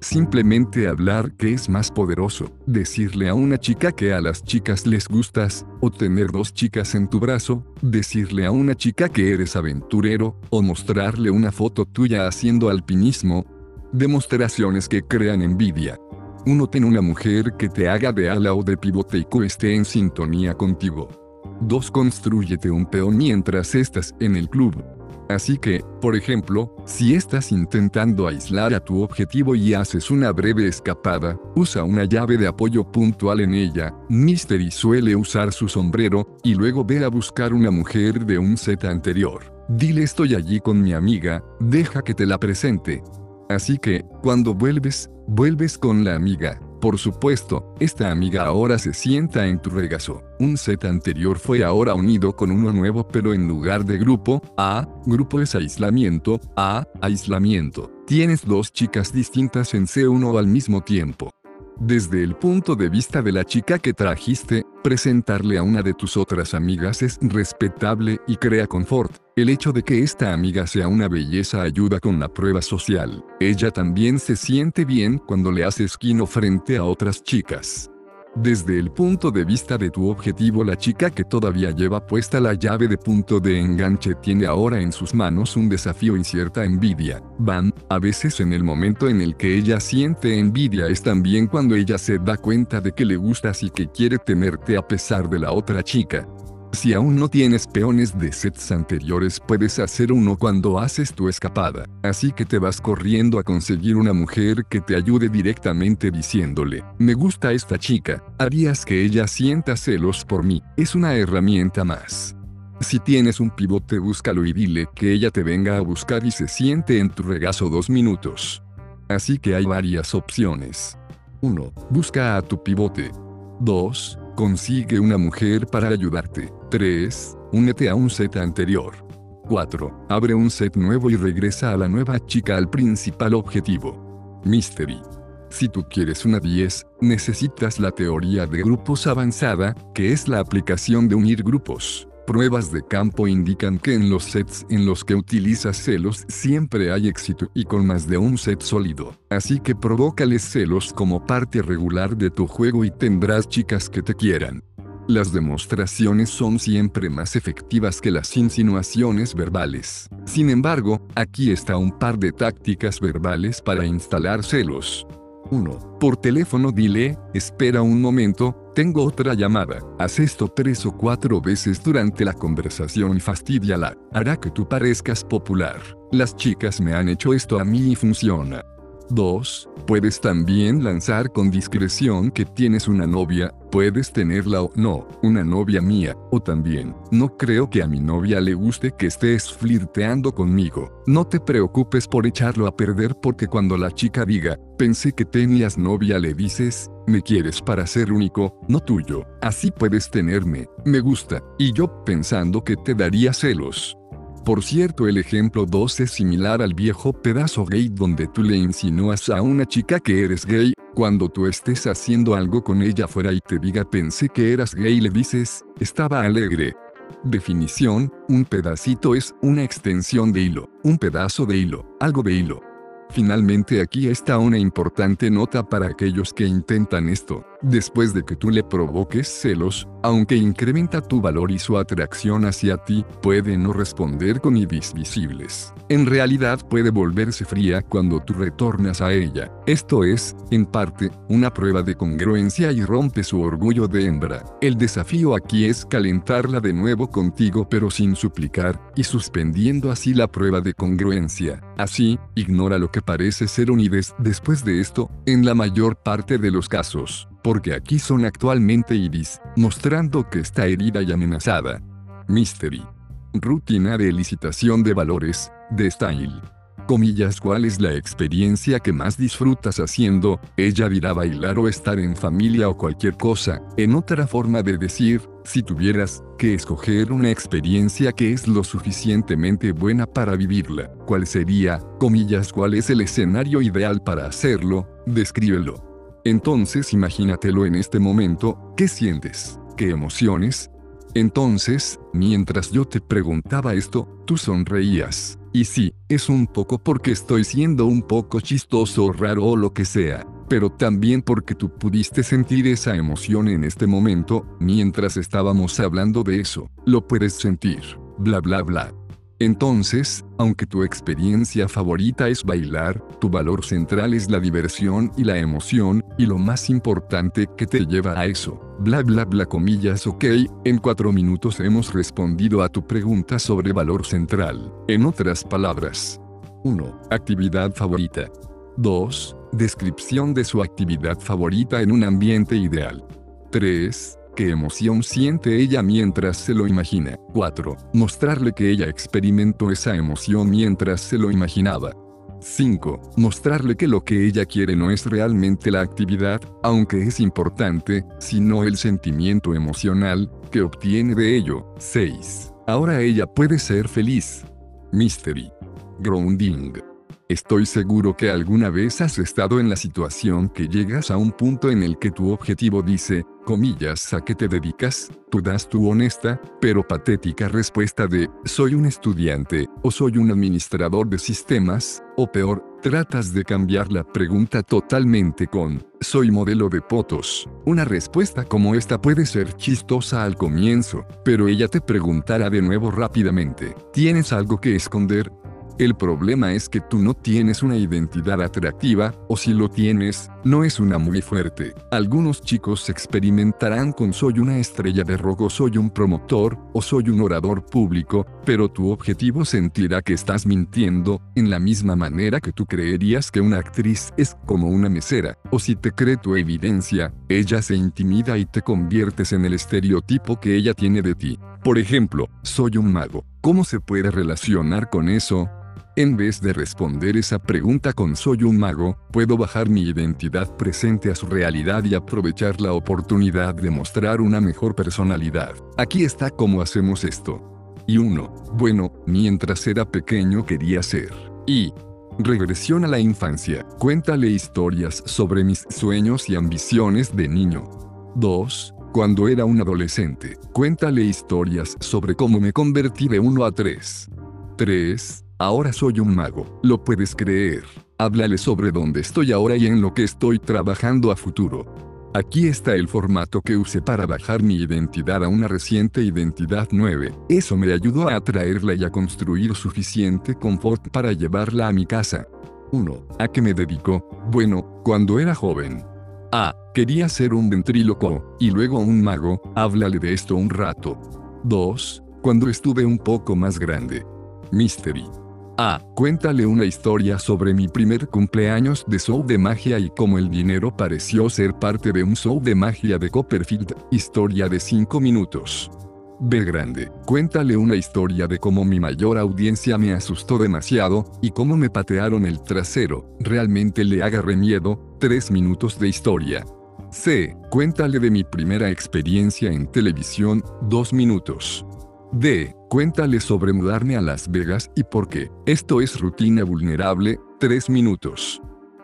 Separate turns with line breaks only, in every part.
Simplemente hablar, que es más poderoso, decirle a una chica que a las chicas les gustas, o tener dos chicas en tu brazo, decirle a una chica que eres aventurero, o mostrarle una foto tuya haciendo alpinismo. Demostraciones que crean envidia. 1. Ten una mujer que te haga de ala o de pivote y que esté en sintonía contigo. 2. Constrúyete un peón mientras estás en el club. Así que, por ejemplo, si estás intentando aislar a tu objetivo y haces una breve escapada, usa una llave de apoyo puntual en ella. Mystery suele usar su sombrero, y luego ve a buscar una mujer de un set anterior. Dile estoy allí con mi amiga, deja que te la presente. Así que, cuando vuelves con la amiga. Por supuesto, esta amiga ahora se sienta en tu regazo. Un set anterior fue ahora unido con uno nuevo, pero en lugar de grupo es aislamiento, aislamiento. Tienes dos chicas distintas en C1 al mismo tiempo. Desde el punto de vista de la chica que trajiste, presentarle a una de tus otras amigas es respetable y crea confort. El hecho de que esta amiga sea una belleza ayuda con la prueba social. Ella también se siente bien cuando le haces quino frente a otras chicas. Desde el punto de vista de tu objetivo, la chica que todavía lleva puesta la llave de punto de enganche tiene ahora en sus manos un desafío y cierta envidia. A veces en el momento en el que ella siente envidia es también cuando ella se da cuenta de que le gustas y que quiere tenerte a pesar de la otra chica. Si aún no tienes peones de sets anteriores, puedes hacer uno cuando haces tu escapada. Así que te vas corriendo a conseguir una mujer que te ayude directamente diciéndole, me gusta esta chica, harías que ella sienta celos por mí. Es una herramienta más. Si tienes un pivote, búscalo y dile que ella te venga a buscar y se siente en tu regazo 2 minutos. Así que hay varias opciones. 1. Busca a tu pivote. 2. Consigue una mujer para ayudarte. 3. Únete a un set anterior. 4. Abre un set nuevo y regresa a la nueva chica al principal objetivo. Mystery. Si tú quieres una 10, necesitas la teoría de grupos avanzada, que es la aplicación de unir grupos. Pruebas de campo indican que en los sets en los que utilizas celos siempre hay éxito y con más de un set sólido. Así que provócales celos como parte regular de tu juego y tendrás chicas que te quieran. Las demostraciones son siempre más efectivas que las insinuaciones verbales. Sin embargo, aquí está un par de tácticas verbales para instalar celos. 1. Por teléfono dile, espera un momento, tengo otra llamada. Haz esto 3 o 4 veces durante la conversación y fastídiala. Hará que tú parezcas popular. Las chicas me han hecho esto a mí y funciona. 2. Puedes también lanzar con discreción que tienes una novia, puedes tenerla o no, una novia mía, o también, no creo que a mi novia le guste que estés flirteando conmigo. No te preocupes por echarlo a perder porque cuando la chica diga, pensé que tenías novia, le dices, me quieres para ser único, no tuyo. Así puedes tenerme, me gusta, y yo pensando que te daría celos. Por cierto, el ejemplo 2 es similar al viejo pedazo gay donde tú le insinúas a una chica que eres gay, cuando tú estés haciendo algo con ella fuera y te diga pensé que eras gay, le dices, estaba alegre. Definición, un pedacito es una extensión de hilo, un pedazo de hilo, algo de hilo. Finalmente aquí está una importante nota para aquellos que intentan esto. Después de que tú le provoques celos, aunque incrementa tu valor y su atracción hacia ti, puede no responder con IDs visibles. En realidad puede volverse fría cuando tú retornas a ella. Esto es, en parte, una prueba de congruencia y rompe su orgullo de hembra. El desafío aquí es calentarla de nuevo contigo pero sin suplicar, y suspendiendo así la prueba de congruencia. Así, ignora lo que parece ser un IDs después de esto, en la mayor parte de los casos. Porque aquí son actualmente IDs, mostrando que está herida y amenazada. Mystery. Rutina de elicitación de valores, de style. Comillas, ¿cuál es la experiencia que más disfrutas haciendo? Ella dirá bailar o estar en familia o cualquier cosa. En otra forma de decir, si tuvieras que escoger una experiencia que es lo suficientemente buena para vivirla, ¿cuál sería? Comillas, ¿cuál es el escenario ideal para hacerlo? Descríbelo. Entonces imagínatelo en este momento, ¿qué sientes? ¿Qué emociones? Entonces, mientras yo te preguntaba esto, tú sonreías. Y sí, es un poco porque estoy siendo un poco chistoso o raro o lo que sea, pero también porque tú pudiste sentir esa emoción en este momento, mientras estábamos hablando de eso, lo puedes sentir, bla bla bla. Entonces, aunque tu experiencia favorita es bailar, tu valor central es la diversión y la emoción, y lo más importante que te lleva a eso, bla bla bla comillas ok, en 4 minutos hemos respondido a tu pregunta sobre valor central. En otras palabras. 1. Actividad favorita. 2. Descripción de su actividad favorita en un ambiente ideal. 3. ¿Qué emoción siente ella mientras se lo imagina? 4. Mostrarle que ella experimentó esa emoción mientras se lo imaginaba. 5. Mostrarle que lo que ella quiere no es realmente la actividad, aunque es importante, sino el sentimiento emocional que obtiene de ello. 6. Ahora ella puede ser feliz. Mystery. Grounding. Estoy seguro que alguna vez has estado en la situación que llegas a un punto en el que tu objetivo dice, comillas, ¿a qué te dedicas? Tú das tu honesta, pero patética respuesta de, soy un estudiante, o soy un administrador de sistemas, o peor, tratas de cambiar la pregunta totalmente con, soy modelo de fotos. Una respuesta como esta puede ser chistosa al comienzo, pero ella te preguntará de nuevo rápidamente, ¿tienes algo que esconder? El problema es que tú no tienes una identidad atractiva, o si lo tienes, no es una muy fuerte. Algunos chicos experimentarán con soy una estrella de rock o soy un promotor, o soy un orador público, pero tu objetivo sentirá que estás mintiendo, en la misma manera que tú creerías que una actriz es como una mesera, o si te cree tu evidencia, ella se intimida y te conviertes en el estereotipo que ella tiene de ti. Por ejemplo, soy un mago. ¿Cómo se puede relacionar con eso? En vez de responder esa pregunta con soy un mago, puedo bajar mi identidad presente a su realidad y aprovechar la oportunidad de mostrar una mejor personalidad. Aquí está cómo hacemos esto. Y 1. Bueno, mientras era pequeño quería ser. Y regresión a la infancia. Cuéntale historias sobre mis sueños y ambiciones de niño. 2. Cuando era un adolescente. Cuéntale historias sobre cómo me convertí de 1 a 3. 3. Ahora soy un mago, ¿lo puedes creer? Háblale sobre dónde estoy ahora y en lo que estoy trabajando a futuro. Aquí está el formato que usé para bajar mi identidad a una reciente identidad 9. Eso me ayudó a atraerla y a construir suficiente confort para llevarla a mi casa. 1. ¿A qué me dedico? Bueno, cuando era joven. A. Quería ser un ventríloco, y luego un mago, háblale de esto un rato. 2. Cuando estuve un poco más grande. Mystery. A. Cuéntale una historia sobre mi primer cumpleaños de show de magia y cómo el dinero pareció ser parte de un show de magia de Copperfield, historia de 5 minutos. B. Grande. Cuéntale una historia de cómo mi mayor audiencia me asustó demasiado, y cómo me patearon el trasero, realmente le agarré miedo, 3 minutos de historia. C. Cuéntale de mi primera experiencia en televisión, 2 minutos. D. Cuéntale sobre mudarme a Las Vegas y por qué. Esto es rutina vulnerable, 3 minutos.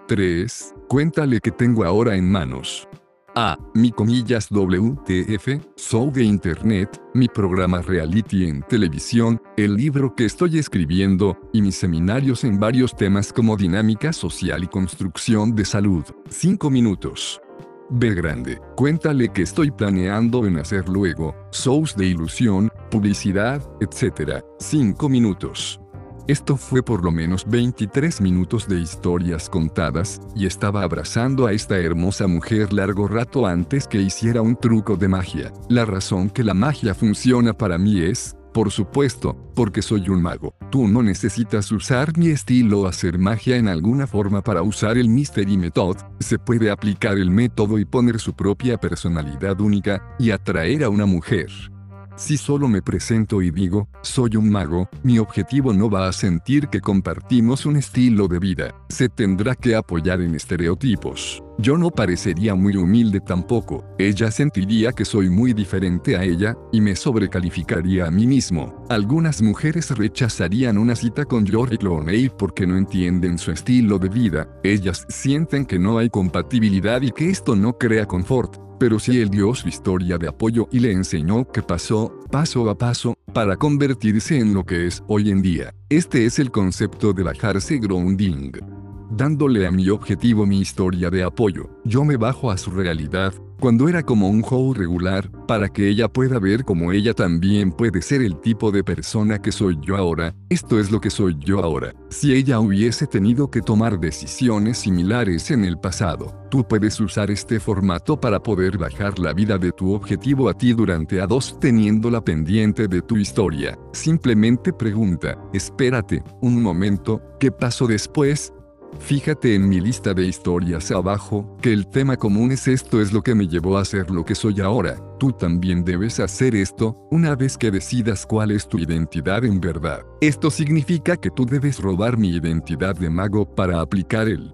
3. Cuéntale qué tengo ahora en manos. A. Mi comillas WTF, show de internet, mi programa reality en televisión, el libro que estoy escribiendo, y mis seminarios en varios temas como dinámica social y construcción de salud. 5 minutos. B. Grande. Cuéntale que estoy planeando en hacer luego, shows de ilusión, publicidad, etc. 5 minutos. Esto fue por lo menos 23 minutos de historias contadas, y estaba abrazando a esta hermosa mujer largo rato antes que hiciera un truco de magia. La razón que la magia funciona para mí es, por supuesto, porque soy un mago. Tú no necesitas usar mi estilo o hacer magia en alguna forma para usar el Mystery Method. Se puede aplicar el método y poner su propia personalidad única, y atraer a una mujer. Si solo me presento y digo, soy un mago, mi objetivo no va a sentir que compartimos un estilo de vida. Se tendrá que apoyar en estereotipos. Yo no parecería muy humilde tampoco. Ella sentiría que soy muy diferente a ella, y me sobrecalificaría a mí mismo. Algunas mujeres rechazarían una cita con George Clooney porque no entienden su estilo de vida. Ellas sienten que no hay compatibilidad y que esto no crea confort. Pero si él dio su historia de apoyo y le enseñó qué pasó, paso a paso, para convertirse en lo que es hoy en día. Este es el concepto de bajarse grounding. Dándole a mi objetivo mi historia de apoyo, yo me bajo a su realidad, cuando era como un show regular, para que ella pueda ver cómo ella también puede ser el tipo de persona que soy yo ahora. Esto es lo que soy yo ahora. Si ella hubiese tenido que tomar decisiones similares en el pasado, tú puedes usar este formato para poder bajar la vida de tu objetivo a ti durante A2 teniéndola pendiente de tu historia. Simplemente pregunta, espérate, un momento, ¿qué pasó después? Fíjate en mi lista de historias abajo, que el tema común es esto es lo que me llevó a ser lo que soy ahora. Tú también debes hacer esto, una vez que decidas cuál es tu identidad en verdad. Esto significa que tú debes robar mi identidad de mago para aplicar el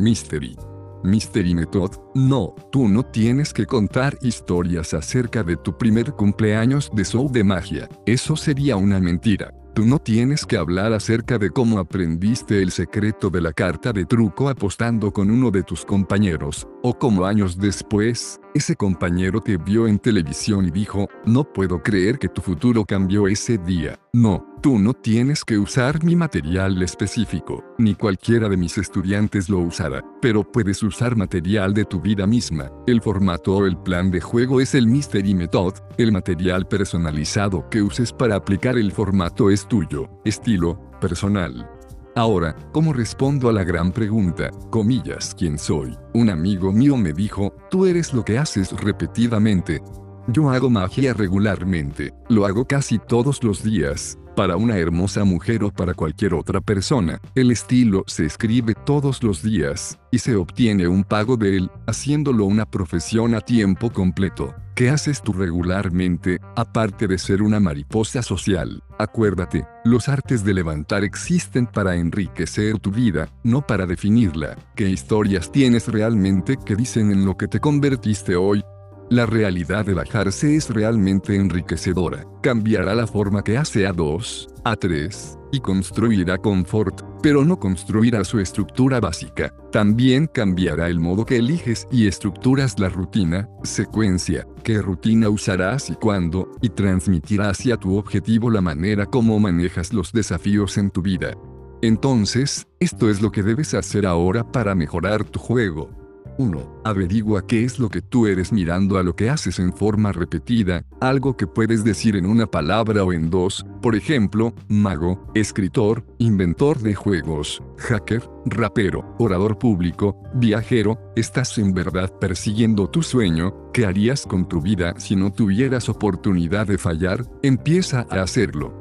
Mystery Method. No, tú no tienes que contar historias acerca de tu primer cumpleaños de show de magia. Eso sería una mentira. Tú no tienes que hablar acerca de cómo aprendiste el secreto de la carta de truco apostando con uno de tus compañeros, o cómo años después, ese compañero te vio en televisión y dijo, no puedo creer que tu futuro cambió ese día. No, tú no tienes que usar mi material específico, ni cualquiera de mis estudiantes lo usará, pero puedes usar material de tu vida misma. El formato o el plan de juego es el Mystery Method, el material personalizado que uses para aplicar el formato es tuyo, estilo, personal. Ahora, ¿cómo respondo a la gran pregunta, comillas, quién soy? Un amigo mío me dijo, tú eres lo que haces repetidamente. Yo hago magia regularmente, lo hago casi todos los días, para una hermosa mujer o para cualquier otra persona. El estilo se escribe todos los días, y se obtiene un pago de él, haciéndolo una profesión a tiempo completo. ¿Qué haces tú regularmente, aparte de ser una mariposa social? Acuérdate, los artes de levantar existen para enriquecer tu vida, no para definirla. ¿Qué historias tienes realmente que dicen en lo que te convertiste hoy? La realidad de bajarse es realmente enriquecedora. Cambiará la forma que hace A2, A3, y construirá confort, pero no construirá su estructura básica. También cambiará el modo que eliges y estructuras la rutina, secuencia, qué rutina usarás y cuándo, y transmitirá hacia tu objetivo la manera como manejas los desafíos en tu vida. Entonces, esto es lo que debes hacer ahora para mejorar tu juego. 1. Averigua qué es lo que tú eres mirando a lo que haces en forma repetida, algo que puedes decir en una palabra o en dos, por ejemplo, mago, escritor, inventor de juegos, hacker, rapero, orador público, viajero. ¿Estás en verdad persiguiendo tu sueño? ¿Qué harías con tu vida si no tuvieras oportunidad de fallar? Empieza a hacerlo.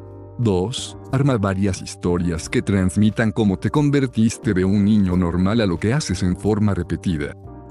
2. Arma varias historias que transmitan cómo te convertiste de un niño normal a lo que haces en forma repetida.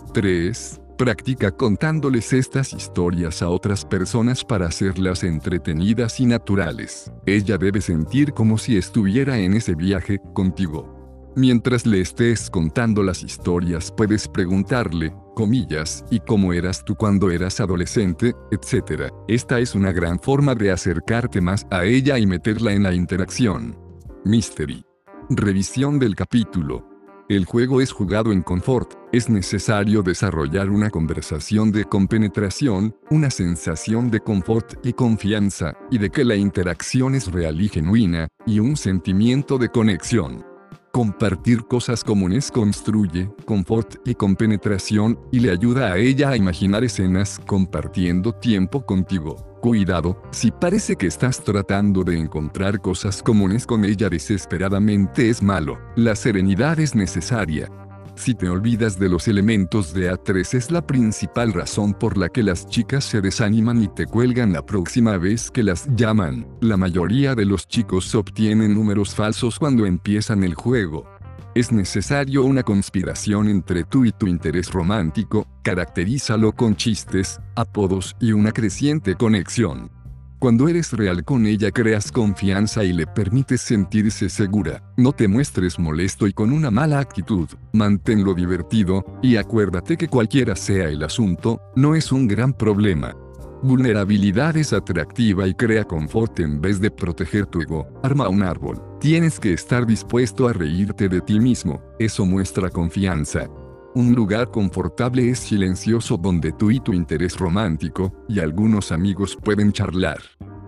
3. Practica contándoles estas historias a otras personas para hacerlas entretenidas y naturales. Ella debe sentir como si estuviera en ese viaje contigo. Mientras le estés contando las historias puedes preguntarle, comillas, ¿y cómo eras tú cuando eras adolescente?, etc. Esta es una gran forma de acercarte más a ella y meterla en la interacción. Mystery. Revisión del capítulo. El juego es jugado en confort, es necesario desarrollar una conversación de compenetración, una sensación de confort y confianza, y de que la interacción es real y genuina, y un sentimiento de conexión. Compartir cosas comunes construye confort y compenetración, y le ayuda a ella a imaginar escenas compartiendo tiempo contigo. Cuidado, si parece que estás tratando de encontrar cosas comunes con ella desesperadamente es malo. La serenidad es necesaria. Si te olvidas de los elementos de A3 es la principal razón por la que las chicas se desaniman y te cuelgan la próxima vez que las llaman. La mayoría de los chicos obtienen números falsos cuando empiezan el juego. Es necesario una conspiración entre tú y tu interés romántico, caracterízalo con chistes, apodos y una creciente conexión. Cuando eres real con ella creas confianza y le permites sentirse segura. No te muestres molesto y con una mala actitud, manténlo divertido, y acuérdate que cualquiera sea el asunto, no es un gran problema. Vulnerabilidad es atractiva y crea confort en vez de proteger tu ego. Arma un árbol. Tienes que estar dispuesto a reírte de ti mismo, eso muestra confianza. Un lugar confortable es silencioso donde tú y tu interés romántico, y algunos amigos pueden charlar.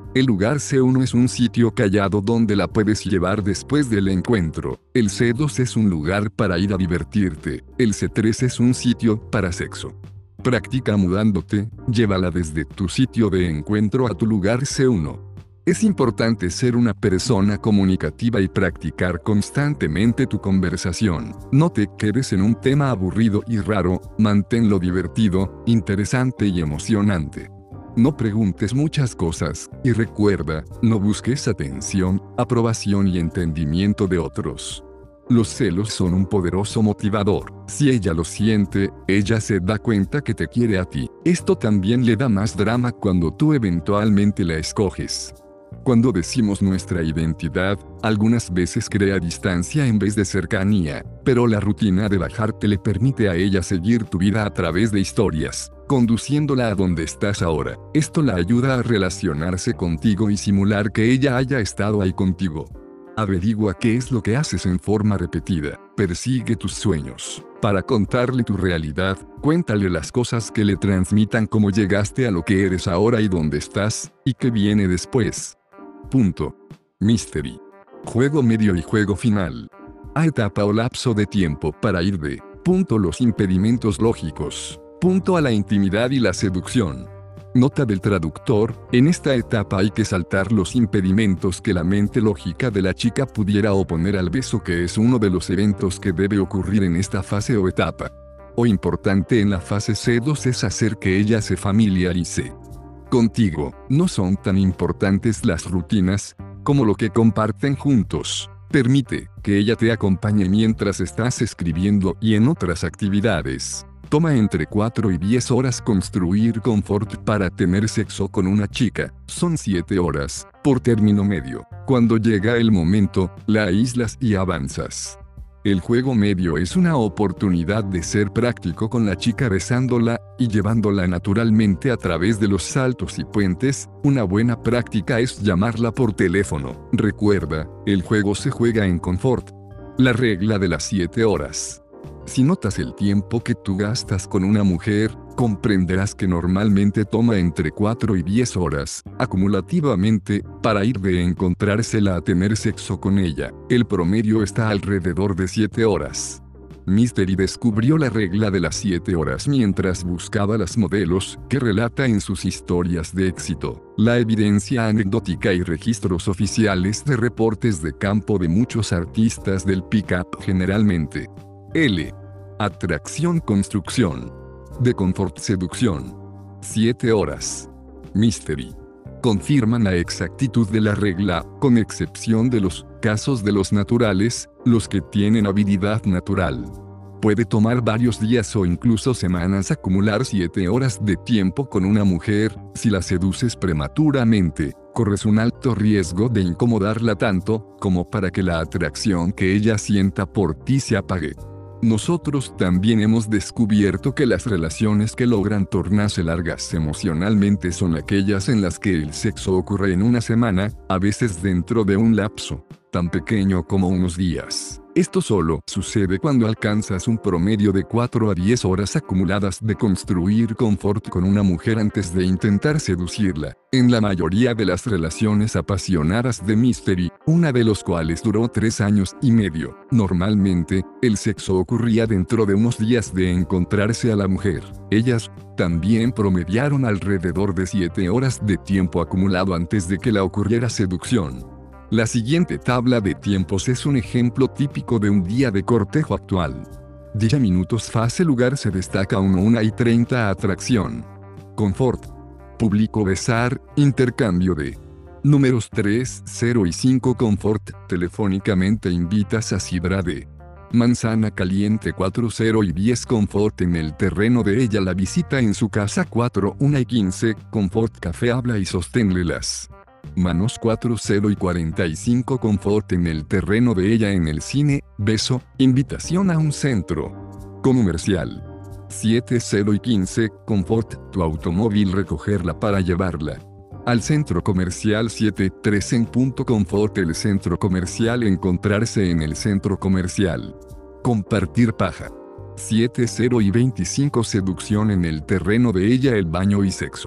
El lugar C1 es un sitio callado donde la puedes llevar después del encuentro. El C2 es un lugar para ir a divertirte. El C3 es un sitio para sexo. Practica mudándote, llévala desde tu sitio de encuentro a tu lugar C1. Es importante ser una persona comunicativa y practicar constantemente tu conversación. No te quedes en un tema aburrido y raro, manténlo divertido, interesante y emocionante. No preguntes muchas cosas, y recuerda, no busques atención, aprobación y entendimiento de otros. Los celos son un poderoso motivador. Si ella lo siente, ella se da cuenta que te quiere a ti. Esto también le da más drama cuando tú eventualmente la escoges. Cuando decimos nuestra identidad, algunas veces crea distancia en vez de cercanía, pero la rutina de bajarte le permite a ella seguir tu vida a través de historias, conduciéndola a donde estás ahora. Esto la ayuda a relacionarse contigo y simular que ella haya estado ahí contigo. Averigua qué es lo que haces en forma repetida. Persigue tus sueños. Para contarle tu realidad, cuéntale las cosas que le transmitan cómo llegaste a lo que eres ahora y dónde estás, y qué viene después. Punto. Mystery. Juego medio y juego final. A etapa o lapso de tiempo para ir de punto los impedimentos lógicos. Punto a la intimidad y la seducción. Nota del traductor: en esta etapa hay que saltar los impedimentos que la mente lógica de la chica pudiera oponer al beso, que es uno de los eventos que debe ocurrir en esta fase o etapa. Lo importante en la fase C2 es hacer que ella se familiarice contigo. No son tan importantes las rutinas como lo que comparten juntos. Permite que ella te acompañe mientras estás escribiendo y en otras actividades. Toma entre 4 y 10 horas construir confort para tener sexo con una chica. Son 7 horas, por término medio. Cuando llega el momento, la aíslas y avanzas. El juego medio es una oportunidad de ser práctico con la chica, besándola y llevándola naturalmente a través de los saltos y puentes. Una buena práctica es llamarla por teléfono. Recuerda, el juego se juega en confort. La regla de las 7 horas. Si notas el tiempo que tú gastas con una mujer, comprenderás que normalmente toma entre 4 y 10 horas, acumulativamente, para ir de encontrársela a tener sexo con ella. El promedio está alrededor de 7 horas. Mystery descubrió la regla de las 7 horas mientras buscaba las modelos que relata en sus historias de éxito. La evidencia anecdótica y registros oficiales de reportes de campo de muchos artistas del pick-up generalmente. L. Atracción, construcción. De confort, seducción. 7 horas. Mystery. Confirman la exactitud de la regla, con excepción de los casos de los naturales, los que tienen habilidad natural. Puede tomar varios días o incluso semanas acumular 7 horas de tiempo con una mujer. Si la seduces prematuramente, corres un alto riesgo de incomodarla tanto como para que la atracción que ella sienta por ti se apague. Nosotros también hemos descubierto que las relaciones que logran tornarse largas emocionalmente son aquellas en las que el sexo ocurre en una semana, a veces dentro de un lapso tan pequeño como unos días. Esto solo sucede cuando alcanzas un promedio de 4 a 10 horas acumuladas de construir confort con una mujer antes de intentar seducirla. En la mayoría de las relaciones apasionadas de Mystery, una de los cuales duró 3 años y medio, normalmente, el sexo ocurría dentro de unos días de encontrarse a la mujer. Ellas también promediaron alrededor de 7 horas de tiempo acumulado antes de que la ocurriera seducción. La siguiente tabla de tiempos es un ejemplo típico de un día de cortejo actual. 10 minutos fase lugar se destaca 1 y 30 atracción. Confort. Público besar, intercambio de números 3, 0 y 5 confort. Telefónicamente invitas a sidra de manzana caliente 4, 0 y 10 confort en el terreno de ella. La visita en su casa 4, 1 y 15 confort. Café habla y sosténle las manos 4, 0 y 45 confort en el terreno de ella. En el cine, beso, invitación a un centro comercial 7, 0 y 15 confort. Tu automóvil, recogerla para llevarla al centro comercial 7, 3 en punto confort. El centro comercial, encontrarse en el centro comercial. Compartir paja 7, 0 y 25 seducción en el terreno de ella. El baño y sexo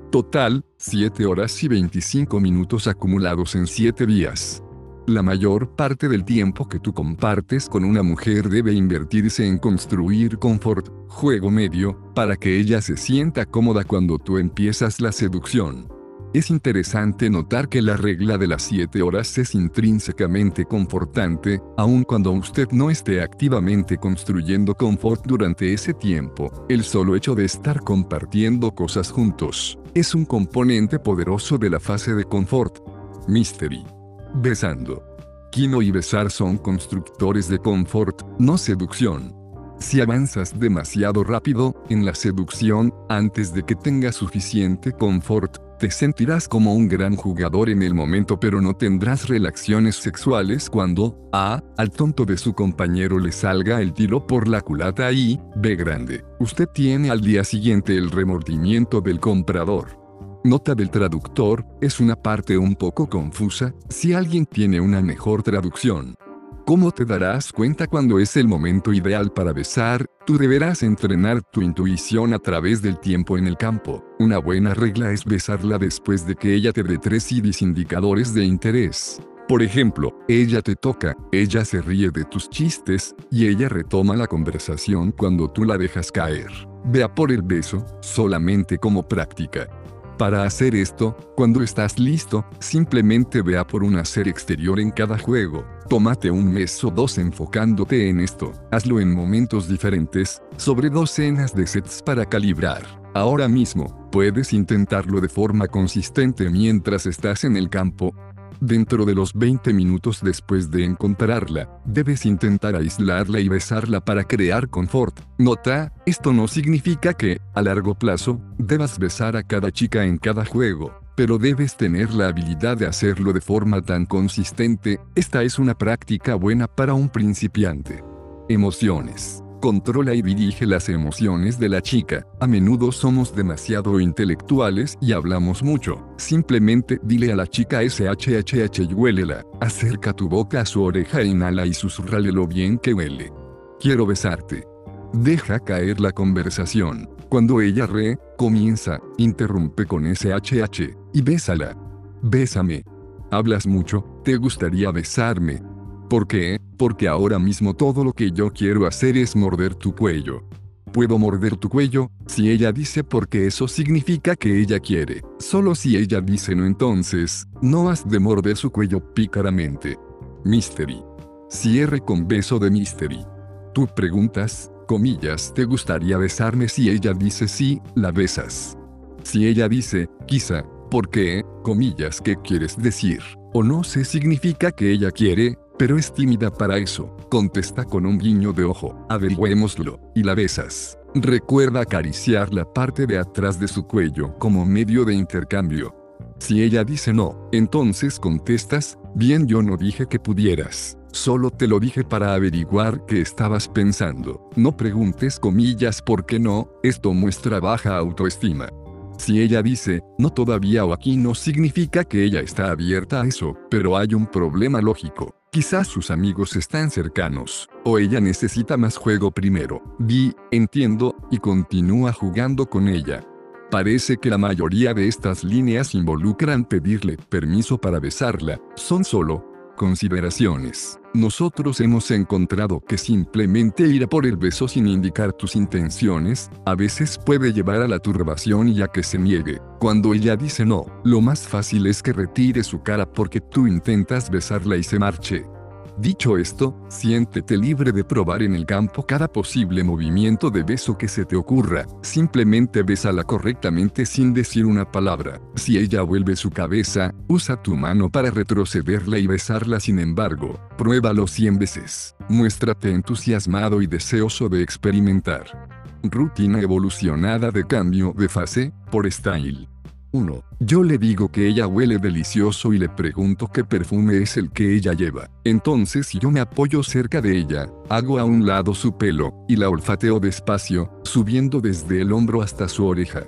Total, 7 horas y 25 minutos acumulados en 7 días. La mayor parte del tiempo que tú compartes con una mujer debe invertirse en construir confort, juego medio, para que ella se sienta cómoda cuando tú empiezas la seducción. Es interesante notar que la regla de las 7 horas es intrínsecamente confortante, aun cuando usted no esté activamente construyendo confort durante ese tiempo. El solo hecho de estar compartiendo cosas juntos es un componente poderoso de la fase de confort. Mystery. Besando. Kino y besar son constructores de confort, no seducción. Si avanzas demasiado rápido en la seducción, antes de que tengas suficiente confort, te sentirás como un gran jugador en el momento, pero no tendrás relaciones sexuales cuando al tonto de su compañero le salga el tiro por la culata y B grande. Usted tiene al día siguiente el remordimiento del comprador. Nota del traductor, es una parte un poco confusa, si alguien tiene una mejor traducción. ¿Cómo te darás cuenta cuando es el momento ideal para besar? Tú deberás entrenar tu intuición a través del tiempo en el campo. Una buena regla es besarla después de que ella te dé 3 indicadores de interés. Por ejemplo, ella te toca, ella se ríe de tus chistes, y ella retoma la conversación cuando tú la dejas caer. Vea por el beso, solamente como práctica. Para hacer esto, cuando estás listo, simplemente vea por un hacer exterior en cada juego. Tómate un mes o 2 enfocándote en esto. Hazlo en momentos diferentes, sobre 2 de sets para calibrar. Ahora mismo, puedes intentarlo de forma consistente mientras estás en el campo. Dentro de los 20 minutos después de encontrarla, debes intentar aislarla y besarla para crear confort. Nota, esto no significa que, a largo plazo, debas besar a cada chica en cada juego, pero debes tener la habilidad de hacerlo de forma tan consistente. Esta es una práctica buena para un principiante. Emociones. Controla y dirige las emociones de la chica. A menudo somos demasiado intelectuales y hablamos mucho. Simplemente dile a la chica SHHH y huélela. Acerca tu boca a su oreja e inhala y susúrrale lo bien que huele. Quiero besarte. Deja caer la conversación. Cuando ella comienza, interrumpe con SHH y bésala. Bésame. Hablas mucho, ¿te gustaría besarme? ¿Por qué? Porque ahora mismo todo lo que yo quiero hacer es morder tu cuello. ¿Puedo morder tu cuello? Si ella dice porque eso significa que ella quiere. Solo si ella dice no, entonces, no has de morder su cuello pícaramente. Mystery. Cierre con beso de Mystery. Tú preguntas, comillas, ¿te gustaría besarme? Si ella dice sí, la besas. Si ella dice, quizá, ¿por qué? Comillas, ¿qué quieres decir? O no sé, significa que ella quiere, pero es tímida para eso. Contesta con un guiño de ojo. Averigüémoslo. Y la besas. Recuerda acariciar la parte de atrás de su cuello como medio de intercambio. Si ella dice no, entonces contestas, bien, yo no dije que pudieras. Solo te lo dije para averiguar qué estabas pensando. No preguntes, comillas, ¿por qué no? Esto muestra baja autoestima. Si ella dice, no todavía o aquí, no significa que ella está abierta a eso, pero hay un problema lógico. Quizás sus amigos están cercanos, o ella necesita más juego primero. Di, entiendo, y continúa jugando con ella. Parece que la mayoría de estas líneas involucran pedirle permiso para besarla, son solo consideraciones. Nosotros hemos encontrado que simplemente ir a por el beso sin indicar tus intenciones, a veces puede llevar a la turbación y a que se niegue. Cuando ella dice no, lo más fácil es que retire su cara porque tú intentas besarla y se marche. Dicho esto, siéntete libre de probar en el campo cada posible movimiento de beso que se te ocurra. Simplemente bésala correctamente sin decir una palabra. Si ella vuelve su cabeza, usa tu mano para retrocederla y besarla. Sin embargo, pruébalo 100 veces. Muéstrate entusiasmado y deseoso de experimentar. Rutina evolucionada de cambio de fase, por Style. 1. Yo le digo que ella huele delicioso y le pregunto qué perfume es el que ella lleva. Entonces yo me apoyo cerca de ella, hago a un lado su pelo, y la olfateo despacio, subiendo desde el hombro hasta su oreja.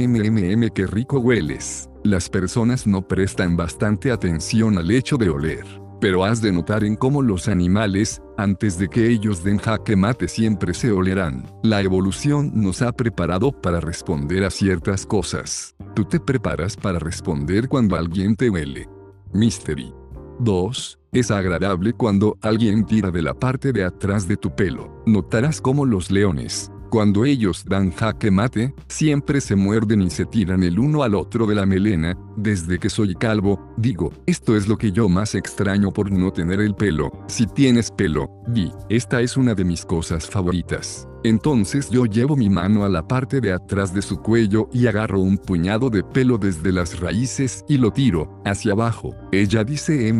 Qué rico hueles. Las personas no prestan bastante atención al hecho de oler. Pero has de notar en cómo los animales, antes de que ellos den jaque mate, siempre se olerán. La evolución nos ha preparado para responder a ciertas cosas. Tú te preparas para responder cuando alguien te huele. Mystery. 2. Es agradable cuando alguien tira de la parte de atrás de tu pelo. Notarás cómo los leones, cuando ellos dan jaque mate, siempre se muerden y se tiran el uno al otro de la melena. Desde que soy calvo, digo, esto es lo que yo más extraño por no tener el pelo. Si tienes pelo, esta es una de mis cosas favoritas. Entonces yo llevo mi mano a la parte de atrás de su cuello y agarro un puñado de pelo desde las raíces y lo tiro hacia abajo. Ella dice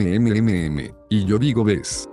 y yo digo ¿ves?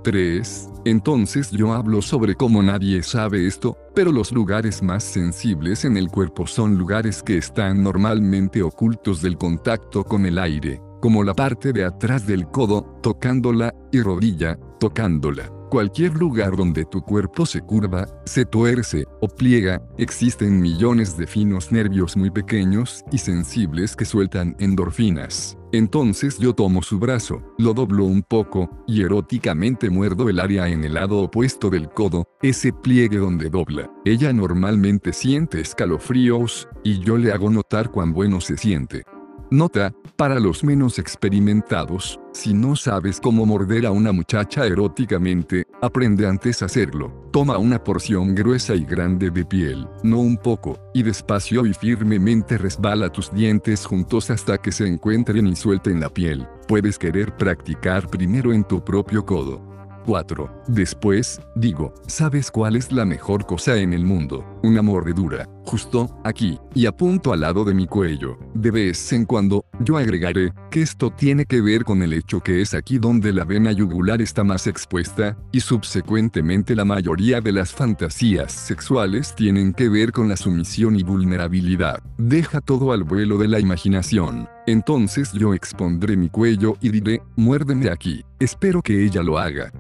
3. Entonces yo hablo sobre cómo nadie sabe esto, pero los lugares más sensibles en el cuerpo son lugares que están normalmente ocultos del contacto con el aire, como la parte de atrás del codo, tocándola, y rodilla, tocándola. Cualquier lugar donde tu cuerpo se curva, se tuerce o pliega, existen millones de finos nervios muy pequeños y sensibles que sueltan endorfinas. Entonces yo tomo su brazo, lo doblo un poco, y eróticamente muerdo el área en el lado opuesto del codo, ese pliegue donde dobla. Ella normalmente siente escalofríos, y yo le hago notar cuán bueno se siente. Nota, para los menos experimentados, si no sabes cómo morder a una muchacha eróticamente, aprende antes a hacerlo. Toma una porción gruesa y grande de piel, no un poco, y despacio y firmemente resbala tus dientes juntos hasta que se encuentren y suelten la piel. Puedes querer practicar primero en tu propio codo. 4. Después, digo, ¿sabes cuál es la mejor cosa en el mundo? Una mordedura, justo aquí, y apunto al lado de mi cuello. De vez en cuando, yo agregaré que esto tiene que ver con el hecho que es aquí donde la vena yugular está más expuesta, y subsecuentemente la mayoría de las fantasías sexuales tienen que ver con la sumisión y vulnerabilidad. Deja todo al vuelo de la imaginación. Entonces yo expondré mi cuello y diré, muérdeme aquí. Espero que ella lo haga.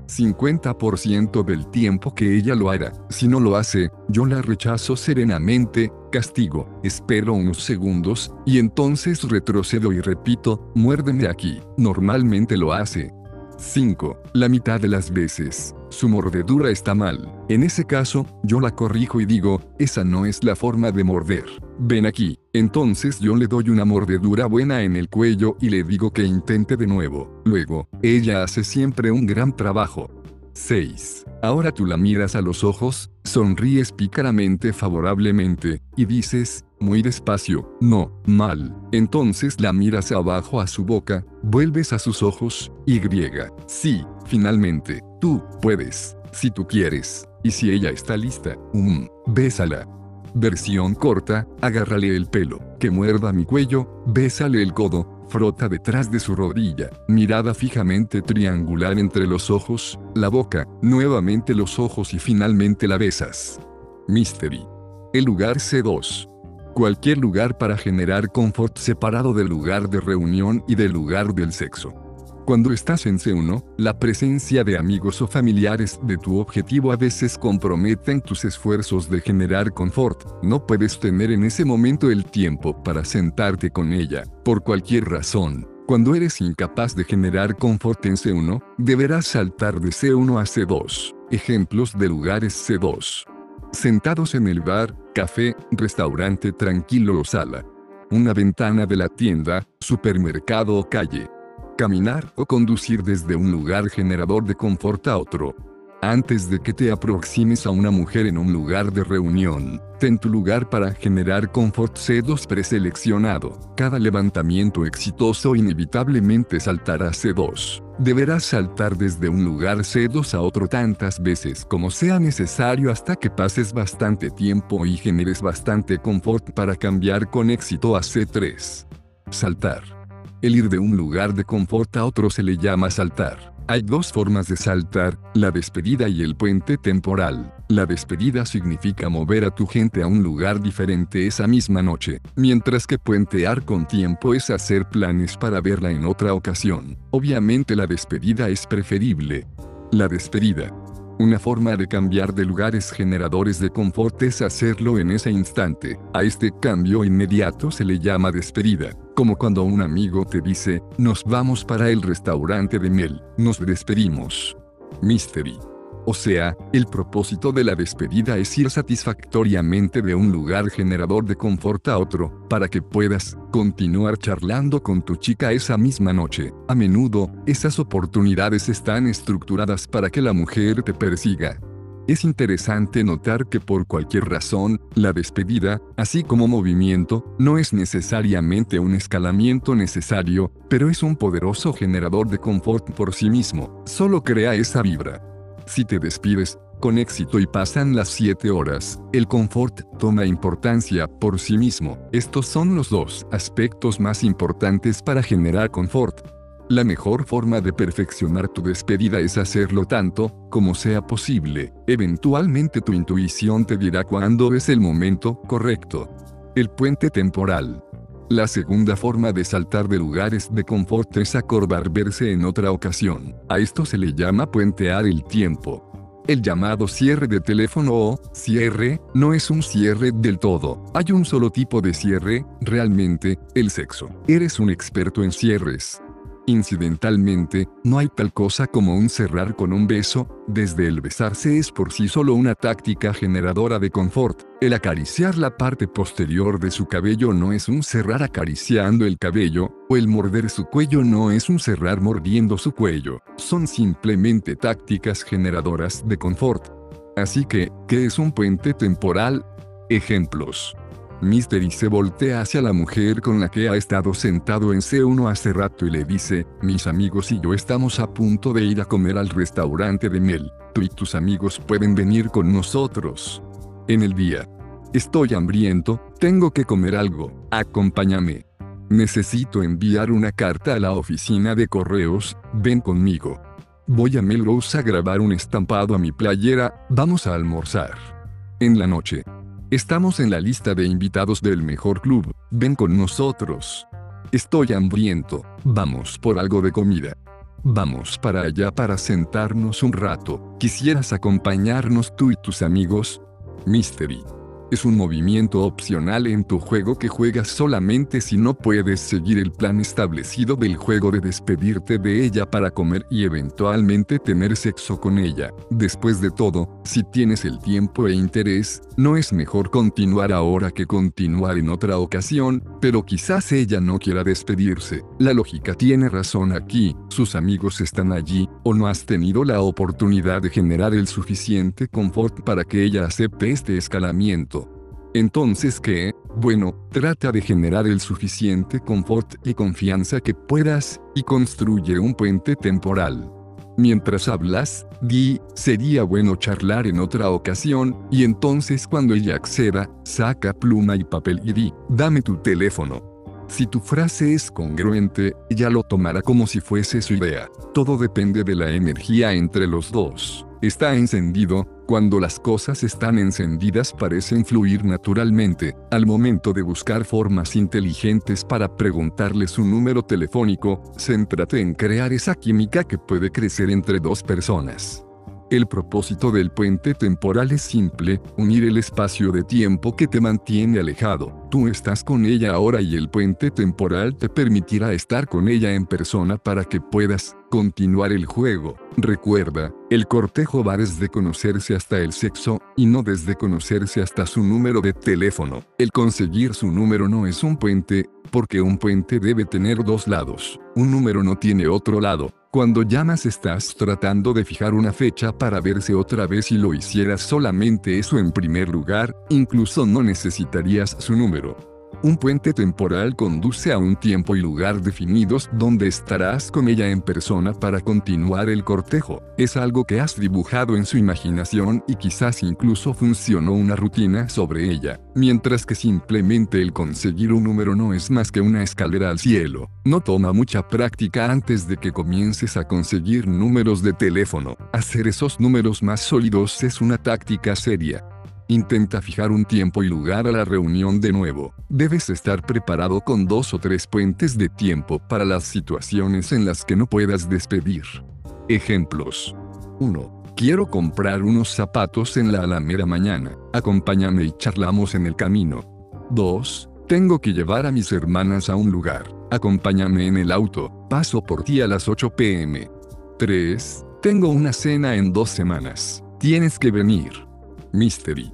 50% del tiempo que ella lo hará. Si no lo hace, yo la rechazo serenamente, castigo, espero unos segundos, y entonces retrocedo y repito, muérdeme aquí. Normalmente lo hace. 5. La mitad de las veces, su mordedura está mal. En ese caso, yo la corrijo y digo, esa no es la forma de morder. Ven aquí. Entonces yo le doy una mordedura buena en el cuello y le digo que intente de nuevo. Luego, ella hace siempre un gran trabajo. 6. Ahora tú la miras a los ojos, sonríes pícaramente favorablemente, y dices, muy despacio, no, mal. Entonces la miras abajo a su boca, vuelves a sus ojos, y sí, finalmente, tú puedes, si tú quieres, y si ella está lista, bésala. Versión corta, agárrale el pelo, que muerda mi cuello, bésale el codo, frota detrás de su rodilla, mirada fijamente triangular entre los ojos, la boca, nuevamente los ojos y finalmente la besas. Mystery. El lugar C2. Cualquier lugar para generar confort separado del lugar de reunión y del lugar del sexo. Cuando estás en C1, la presencia de amigos o familiares de tu objetivo a veces comprometen tus esfuerzos de generar confort. No puedes tener en ese momento el tiempo para sentarte con ella, por cualquier razón. Cuando eres incapaz de generar confort en C1, deberás saltar de C1 a C2. Ejemplos de lugares C2. Sentados en el bar, café, restaurante tranquilo o sala. Una ventana de la tienda, supermercado o calle. Caminar o conducir desde un lugar generador de confort a otro. Antes de que te aproximes a una mujer en un lugar de reunión, ten tu lugar para generar confort C2 preseleccionado. Cada levantamiento exitoso inevitablemente saltará C2. Deberás saltar desde un lugar C2 a otro tantas veces como sea necesario hasta que pases bastante tiempo y generes bastante confort para cambiar con éxito a C3. Saltar. El ir de un lugar de confort a otro se le llama saltar. Hay dos formas de saltar, la despedida y el puente temporal. La despedida significa mover a tu gente a un lugar diferente esa misma noche, mientras que puentear con tiempo es hacer planes para verla en otra ocasión. Obviamente la despedida es preferible. La despedida. Una forma de cambiar de lugares generadores de confort es hacerlo en ese instante. A este cambio inmediato se le llama despedida, como cuando un amigo te dice, nos vamos para el restaurante de Mel, nos despedimos. Mystery. O sea, el propósito de la despedida es ir satisfactoriamente de un lugar generador de confort a otro, para que puedas continuar charlando con tu chica esa misma noche. A menudo, esas oportunidades están estructuradas para que la mujer te persiga. Es interesante notar que por cualquier razón, la despedida, así como movimiento, no es necesariamente un escalamiento necesario, pero es un poderoso generador de confort por sí mismo. Solo crea esa vibra. Si te despides con éxito y pasan las 7 horas, el confort toma importancia por sí mismo. Estos son los dos aspectos más importantes para generar confort. La mejor forma de perfeccionar tu despedida es hacerlo tanto como sea posible. Eventualmente tu intuición te dirá cuándo es el momento correcto. El puente temporal. La segunda forma de saltar de lugares de confort es acordar verse en otra ocasión. A esto se le llama puentear el tiempo. El llamado cierre de teléfono o cierre no es un cierre del todo. Hay un solo tipo de cierre, realmente, el sexo. Eres un experto en cierres. Incidentalmente, no hay tal cosa como un cerrar con un beso, desde el besarse es por sí solo una táctica generadora de confort. El acariciar la parte posterior de su cabello no es un cerrar acariciando el cabello, o el morder su cuello no es un cerrar mordiendo su cuello. Son simplemente tácticas generadoras de confort. Así que, ¿qué es un puente temporal? Ejemplos. Mystery se voltea hacia la mujer con la que ha estado sentado en C1 hace rato y le dice, mis amigos y yo estamos a punto de ir a comer al restaurante de Mel, tú y tus amigos pueden venir con nosotros. En el día. Estoy hambriento, tengo que comer algo, acompáñame. Necesito enviar una carta a la oficina de correos, ven conmigo. Voy a Melrose a grabar un estampado a mi playera, vamos a almorzar. En la noche. Estamos en la lista de invitados del mejor club, ven con nosotros. Estoy hambriento, vamos por algo de comida. Vamos para allá para sentarnos un rato, ¿quisieras acompañarnos tú y tus amigos? Mystery. Es un movimiento opcional en tu juego que juegas solamente si no puedes seguir el plan establecido del juego de despedirte de ella para comer y eventualmente tener sexo con ella. Después de todo, si tienes el tiempo e interés, ¿no es mejor continuar ahora que continuar en otra ocasión? Pero quizás ella no quiera despedirse. La lógica tiene razón aquí, sus amigos están allí, o no has tenido la oportunidad de generar el suficiente confort para que ella acepte este escalamiento. Entonces ¿qué? Bueno, trata de generar el suficiente confort y confianza que puedas, y construye un puente temporal. Mientras hablas, di, sería bueno charlar en otra ocasión, y entonces cuando ella acceda, saca pluma y papel y di, dame tu teléfono. Si tu frase es congruente, ella lo tomará como si fuese su idea. Todo depende de la energía entre los dos. Está encendido, cuando las cosas están encendidas parecen fluir naturalmente. Al momento de buscar formas inteligentes para preguntarle su número telefónico, céntrate en crear esa química que puede crecer entre dos personas. El propósito del puente temporal es simple, unir el espacio de tiempo que te mantiene alejado. Tú estás con ella ahora y el puente temporal te permitirá estar con ella en persona para que puedas continuar el juego. Recuerda, el cortejo va desde conocerse hasta el sexo, y no desde conocerse hasta su número de teléfono. El conseguir su número no es un puente, porque un puente debe tener dos lados. Un número no tiene otro lado. Cuando llamas estás tratando de fijar una fecha para verse otra vez. Si lo hicieras solamente eso en primer lugar, incluso no necesitarías su número. Un puente temporal conduce a un tiempo y lugar definidos donde estarás con ella en persona para continuar el cortejo. Es algo que has dibujado en su imaginación y quizás incluso funcionó una rutina sobre ella, mientras que simplemente el conseguir un número no es más que una escalera al cielo. No toma mucha práctica antes de que comiences a conseguir números de teléfono. Hacer esos números más sólidos es una táctica seria. Intenta fijar un tiempo y lugar a la reunión de nuevo. Debes estar preparado con 2 o 3 puentes de tiempo para las situaciones en las que no puedas despedir. Ejemplos. 1. Quiero comprar unos zapatos en la Alameda mañana. Acompáñame y charlamos en el camino. 2. Tengo que llevar a mis hermanas a un lugar. Acompáñame en el auto. Paso por ti a las 8 p.m. 3. Tengo una cena en 2 semanas. Tienes que venir. Mystery.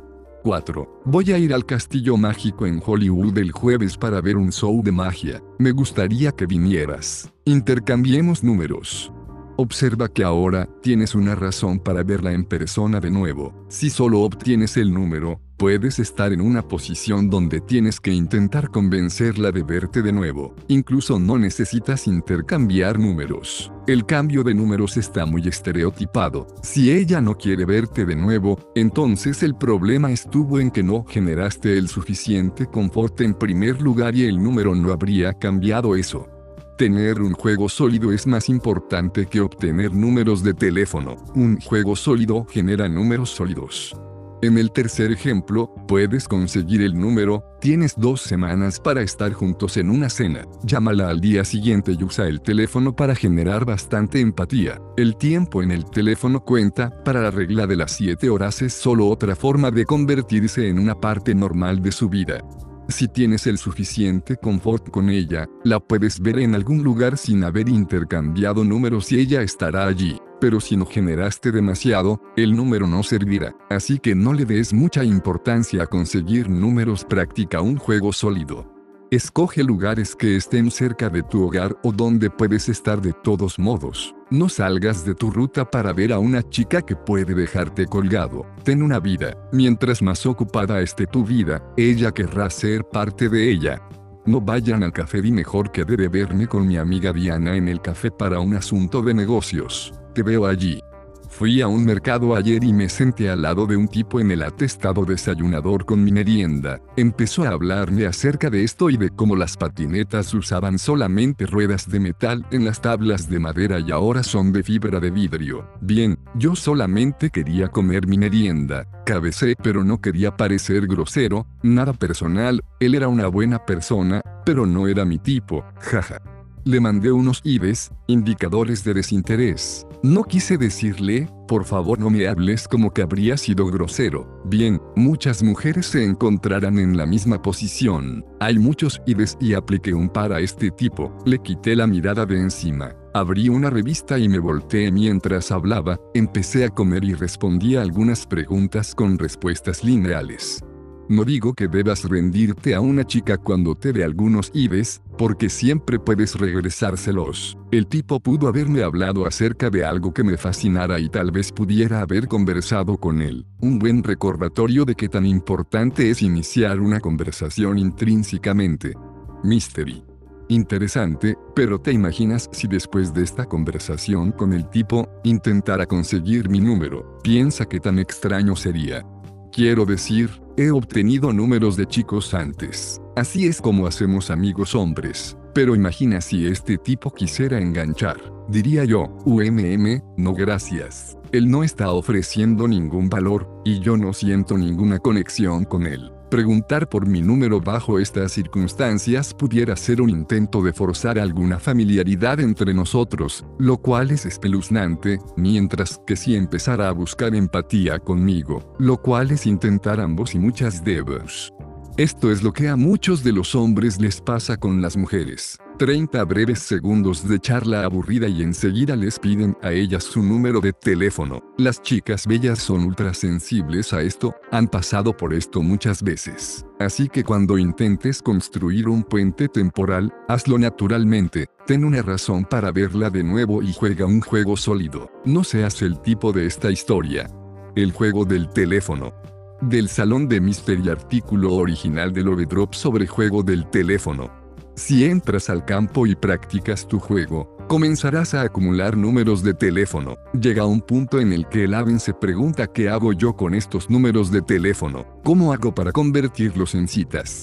4. Voy a ir al Castillo Mágico en Hollywood el jueves para ver un show de magia. Me gustaría que vinieras. Intercambiemos números. Observa que ahora tienes una razón para verla en persona de nuevo. Si solo obtienes el número, puedes estar en una posición donde tienes que intentar convencerla de verte de nuevo. Incluso no necesitas intercambiar números. El cambio de números está muy estereotipado. Si ella no quiere verte de nuevo, entonces el problema estuvo en que no generaste el suficiente confort en primer lugar y el número no habría cambiado eso. Tener un juego sólido es más importante que obtener números de teléfono. Un juego sólido genera números sólidos. En el tercer ejemplo, puedes conseguir el número, tienes 2 semanas para estar juntos en una cena. Llámala al día siguiente y usa el teléfono para generar bastante empatía. El tiempo en el teléfono cuenta, para la regla de las 7 horas es solo otra forma de convertirse en una parte normal de su vida. Si tienes el suficiente confort con ella, la puedes ver en algún lugar sin haber intercambiado números y ella estará allí. Pero si no generaste demasiado, el número no servirá. Así que no le des mucha importancia a conseguir números, practica un juego sólido. Escoge lugares que estén cerca de tu hogar o donde puedes estar de todos modos. No salgas de tu ruta para ver a una chica que puede dejarte colgado. Ten una vida. Mientras más ocupada esté tu vida, ella querrá ser parte de ella. No vayan al café. Di mejor que de verme con mi amiga Diana en el café para un asunto de negocios. Te veo allí. Fui a un mercado ayer y me senté al lado de un tipo en el atestado desayunador con mi merienda. Empezó a hablarme acerca de esto y de cómo las patinetas usaban solamente ruedas de metal en las tablas de madera y ahora son de fibra de vidrio. Bien, yo solamente quería comer mi merienda. Cabecé, pero no quería parecer grosero, nada personal, él era una buena persona, pero no era mi tipo, jaja. Le mandé unos IDs, indicadores de desinterés. No quise decirle, por favor no me hables, como que habría sido grosero. Bien, muchas mujeres se encontrarán en la misma posición. Hay muchos IDs y apliqué un para este tipo. Le quité la mirada de encima. Abrí una revista y me volteé mientras hablaba. Empecé a comer y respondí a algunas preguntas con respuestas lineales. No digo que debas rendirte a una chica cuando te dé algunos IDs, porque siempre puedes regresárselos. El tipo pudo haberme hablado acerca de algo que me fascinara y tal vez pudiera haber conversado con él. Un buen recordatorio de qué tan importante es iniciar una conversación intrínsecamente. Mystery. Interesante, pero ¿te imaginas si después de esta conversación con el tipo, intentara conseguir mi número? Piensa qué tan extraño sería. Quiero decir, he obtenido números de chicos antes. Así es como hacemos amigos hombres. Pero imagina si este tipo quisiera enganchar. Diría yo, no gracias. Él no está ofreciendo ningún valor, y yo no siento ninguna conexión con él. Preguntar por mi número bajo estas circunstancias pudiera ser un intento de forzar alguna familiaridad entre nosotros, lo cual es espeluznante, mientras que si empezara a buscar empatía conmigo, lo cual es intentar ambos y muchas veces. Esto es lo que a muchos de los hombres les pasa con las mujeres. 30 breves segundos de charla aburrida y enseguida les piden a ellas su número de teléfono. Las chicas bellas son ultrasensibles a esto, han pasado por esto muchas veces. Así que cuando intentes construir un puente temporal, hazlo naturalmente, ten una razón para verla de nuevo y juega un juego sólido. No seas el tipo de esta historia. El juego del teléfono. Del Salón de Mystery, artículo original de Lovedrop sobre juego del teléfono. Si entras al campo y practicas tu juego, comenzarás a acumular números de teléfono. Llega un punto en el que el Aven se pregunta: ¿qué hago yo con estos números de teléfono? ¿Cómo hago para convertirlos en citas?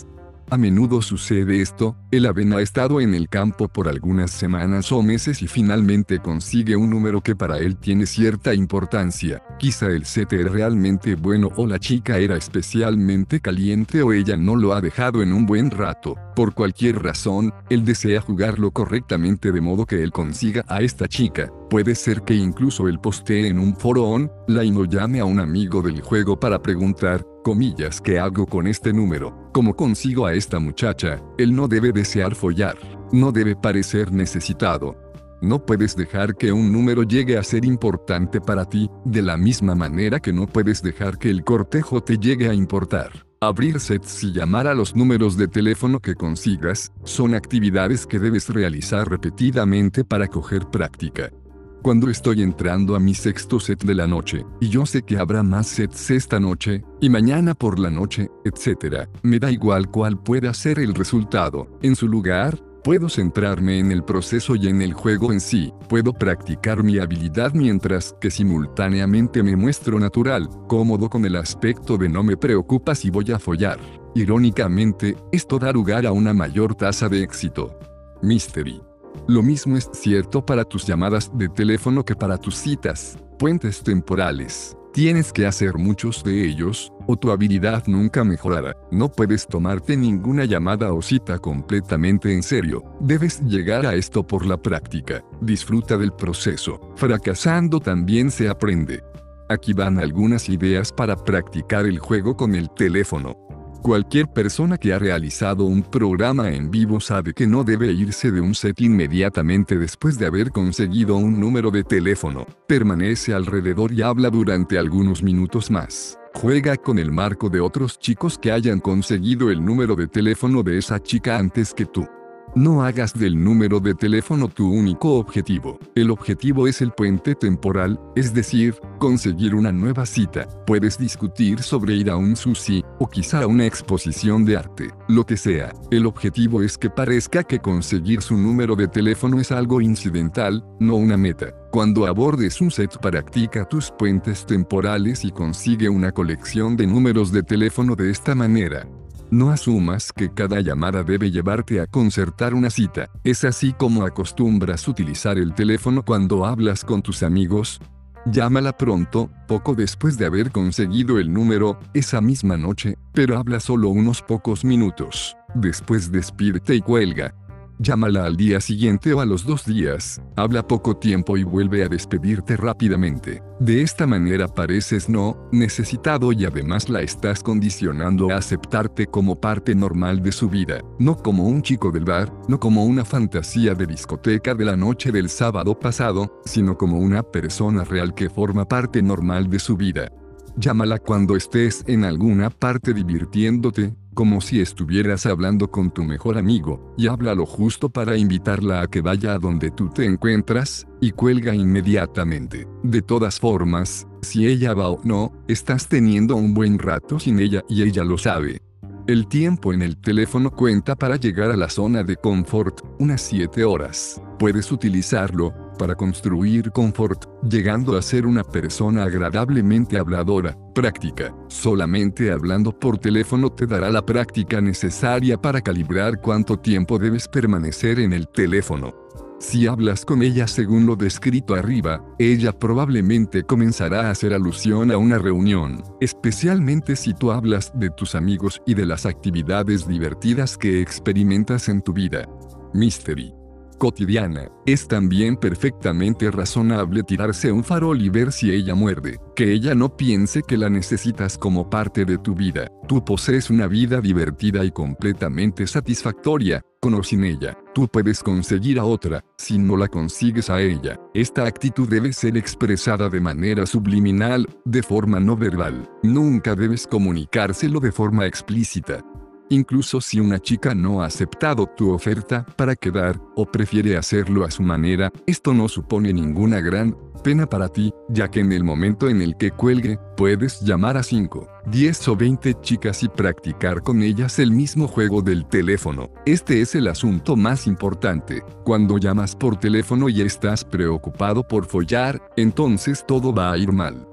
A menudo sucede esto, el Aven ha estado en el campo por algunas semanas o meses y finalmente consigue un número que para él tiene cierta importancia. Quizá el set es realmente bueno o la chica era especialmente caliente o ella no lo ha dejado en un buen rato. Por cualquier razón, él desea jugarlo correctamente de modo que él consiga a esta chica. Puede ser que incluso él postee en un foro online o llame a un amigo del juego para preguntar, comillas, ¿qué hago con este número? ¿Cómo consigo a esta muchacha? Él no debe desear follar. No debe parecer necesitado. No puedes dejar que un número llegue a ser importante para ti, de la misma manera que no puedes dejar que el cortejo te llegue a importar. Abrir sets y llamar a los números de teléfono que consigas, son actividades que debes realizar repetidamente para coger práctica. Cuando estoy entrando a mi sexto set de la noche, y yo sé que habrá más sets esta noche, y mañana por la noche, etc., me da igual cuál pueda ser el resultado. En su lugar, puedo centrarme en el proceso y en el juego en sí. Puedo practicar mi habilidad mientras que simultáneamente me muestro natural, cómodo con el aspecto de no me preocupa si voy a follar. Irónicamente, esto da lugar a una mayor tasa de éxito. Mystery. Lo mismo es cierto para tus llamadas de teléfono que para tus citas. Puentes temporales. Tienes que hacer muchos de ellos, o tu habilidad nunca mejorará. No puedes tomarte ninguna llamada o cita completamente en serio. Debes llegar a esto por la práctica. Disfruta del proceso. Fracasando también se aprende. Aquí van algunas ideas para practicar el juego con el teléfono. Cualquier persona que ha realizado un programa en vivo sabe que no debe irse de un set inmediatamente después de haber conseguido un número de teléfono. Permanece alrededor y habla durante algunos minutos más. Juega con el marco de otros chicos que hayan conseguido el número de teléfono de esa chica antes que tú. No hagas del número de teléfono tu único objetivo. El objetivo es el puente temporal, es decir, conseguir una nueva cita. Puedes discutir sobre ir a un sushi, o quizá a una exposición de arte. Lo que sea, el objetivo es que parezca que conseguir su número de teléfono es algo incidental, no una meta. Cuando abordes un set, practica tus puentes temporales y consigue una colección de números de teléfono de esta manera. No asumas que cada llamada debe llevarte a concertar una cita. ¿Es así como acostumbras utilizar el teléfono cuando hablas con tus amigos? Llámala pronto, poco después de haber conseguido el número, esa misma noche, pero habla solo unos pocos minutos. Después despídete y cuelga. Llámala al día siguiente o a los 2 días, habla poco tiempo y vuelve a despedirte rápidamente. De esta manera pareces no necesitado y además la estás condicionando a aceptarte como parte normal de su vida, no como un chico del bar, no como una fantasía de discoteca de la noche del sábado pasado, sino como una persona real que forma parte normal de su vida. Llámala cuando estés en alguna parte divirtiéndote, como si estuvieras hablando con tu mejor amigo, y habla lo justo para invitarla a que vaya a donde tú te encuentras, y cuelga inmediatamente. De todas formas, si ella va o no, estás teniendo un buen rato sin ella y ella lo sabe. El tiempo en el teléfono cuenta para llegar a la zona de confort, unas 7 horas. Puedes utilizarlo para construir confort, llegando a ser una persona agradablemente habladora. Práctica. Solamente hablando por teléfono te dará la práctica necesaria para calibrar cuánto tiempo debes permanecer en el teléfono. Si hablas con ella según lo descrito arriba, ella probablemente comenzará a hacer alusión a una reunión, especialmente si tú hablas de tus amigos y de las actividades divertidas que experimentas en tu vida. Mystery. Cotidiana. Es también perfectamente razonable tirarse un farol y ver si ella muerde. Que ella no piense que la necesitas como parte de tu vida. Tú posees una vida divertida y completamente satisfactoria, con o sin ella. Tú puedes conseguir a otra, si no la consigues a ella. Esta actitud debe ser expresada de manera subliminal, de forma no verbal. Nunca debes comunicárselo de forma explícita. Incluso si una chica no ha aceptado tu oferta para quedar, o prefiere hacerlo a su manera, esto no supone ninguna gran pena para ti, ya que en el momento en el que cuelgue, puedes llamar a 5, 10 o 20 chicas y practicar con ellas el mismo juego del teléfono. Este es el asunto más importante. Cuando llamas por teléfono y estás preocupado por follar, entonces todo va a ir mal.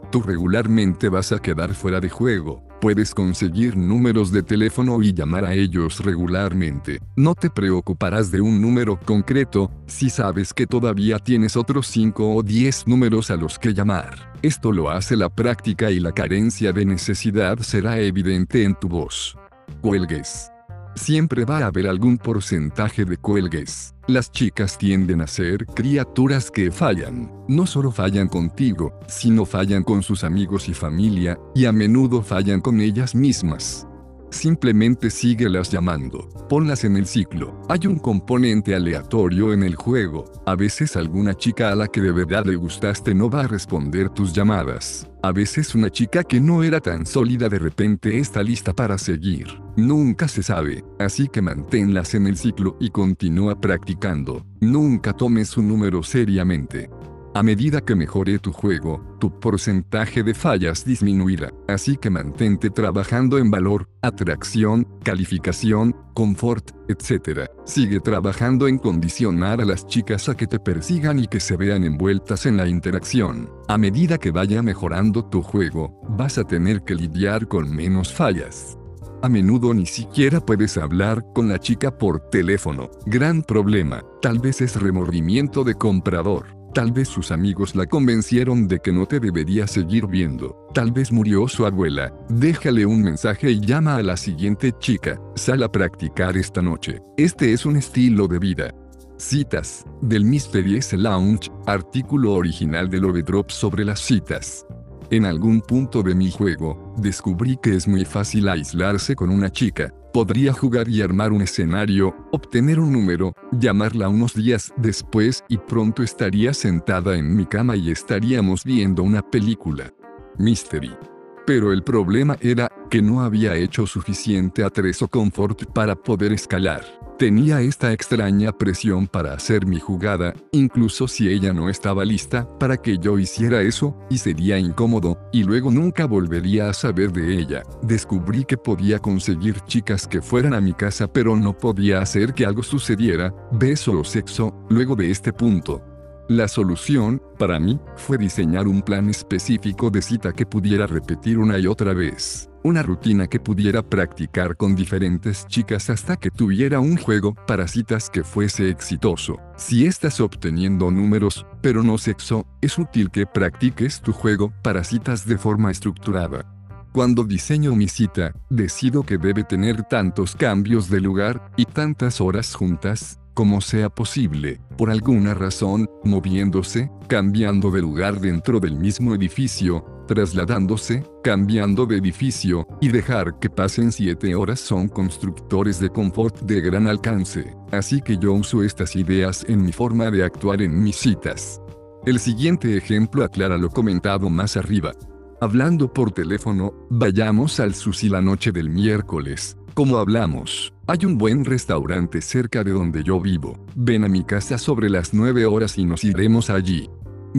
Tú regularmente vas a quedar fuera de juego. Puedes conseguir números de teléfono y llamar a ellos regularmente. No te preocuparás de un número concreto, si sabes que todavía tienes otros 5 o 10 números a los que llamar. Esto lo hace la práctica y la carencia de necesidad será evidente en tu voz. Cuelgues. Siempre va a haber algún porcentaje de cuelgues. Las chicas tienden a ser criaturas que fallan. No solo fallan contigo, sino fallan con sus amigos y familia, y a menudo fallan con ellas mismas. Simplemente síguelas llamando. Ponlas en el ciclo. Hay un componente aleatorio en el juego. A veces alguna chica a la que de verdad le gustaste no va a responder tus llamadas. A veces una chica que no era tan sólida de repente está lista para seguir. Nunca se sabe, así que manténlas en el ciclo y continúa practicando. Nunca tomes un número seriamente. A medida que mejore tu juego, tu porcentaje de fallas disminuirá, así que mantente trabajando en valor, atracción, calificación, confort, etc. Sigue trabajando en condicionar a las chicas a que te persigan y que se vean envueltas en la interacción. A medida que vaya mejorando tu juego, vas a tener que lidiar con menos fallas. A menudo ni siquiera puedes hablar con la chica por teléfono. Gran problema, tal vez es remordimiento de comprador. Tal vez sus amigos la convencieron de que no te debería seguir viendo. Tal vez murió su abuela. Déjale un mensaje y llama a la siguiente chica. Sal a practicar esta noche. Este es un estilo de vida. Citas. Del Mysterious Lounge, artículo original de Lovedrop sobre las citas. En algún punto de mi juego, descubrí que es muy fácil aislarse con una chica. Podría jugar y armar un escenario, obtener un número, llamarla unos días después y pronto estaría sentada en mi cama y estaríamos viendo una película. Mystery. Pero el problema era que no había hecho suficiente atrezo confort para poder escalar. Tenía esta extraña presión para hacer mi jugada, incluso si ella no estaba lista para que yo hiciera eso, y sería incómodo, y luego nunca volvería a saber de ella. Descubrí que podía conseguir chicas que fueran a mi casa pero no podía hacer que algo sucediera, beso o sexo, luego de este punto. La solución, para mí, fue diseñar un plan específico de cita que pudiera repetir una y otra vez. Una rutina que pudiera practicar con diferentes chicas hasta que tuviera un juego para citas que fuese exitoso. Si estás obteniendo números, pero no sexo, es útil que practiques tu juego para citas de forma estructurada. Cuando diseño mi cita, decido que debe tener tantos cambios de lugar y tantas horas juntas como sea posible, por alguna razón, moviéndose, cambiando de lugar dentro del mismo edificio, trasladándose, cambiando de edificio, y dejar que pasen 7 horas son constructores de confort de gran alcance, así que yo uso estas ideas en mi forma de actuar en mis citas. El siguiente ejemplo aclara lo comentado más arriba. Hablando por teléfono, vayamos al sushi la noche del miércoles. Como hablamos, hay un buen restaurante cerca de donde yo vivo. Ven a mi casa sobre las 9 horas y nos iremos allí.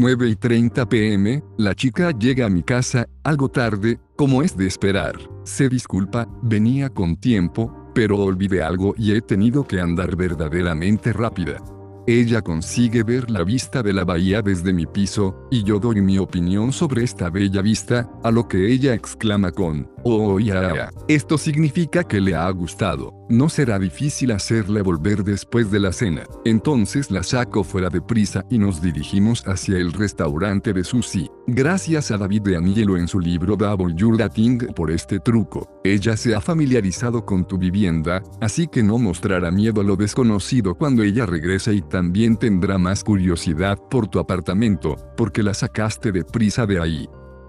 9:30 p.m., la chica llega a mi casa, algo tarde, como es de esperar. Se disculpa, venía con tiempo, pero olvidé algo y he tenido que andar verdaderamente rápida. Ella consigue ver la vista de la bahía desde mi piso, y yo doy mi opinión sobre esta bella vista, a lo que ella exclama con, "Oh, ya". Esto significa que le ha gustado. No será difícil hacerle volver después de la cena. Entonces la saco fuera de prisa y nos dirigimos hacia el restaurante de sushi. Gracias a David de Aniello en su libro Double Your Dating por este truco. Ella se ha familiarizado con tu vivienda, así que no mostrará miedo a lo desconocido cuando ella regrese y también tendrá más curiosidad por tu apartamento, porque la sacaste de prisa de ahí.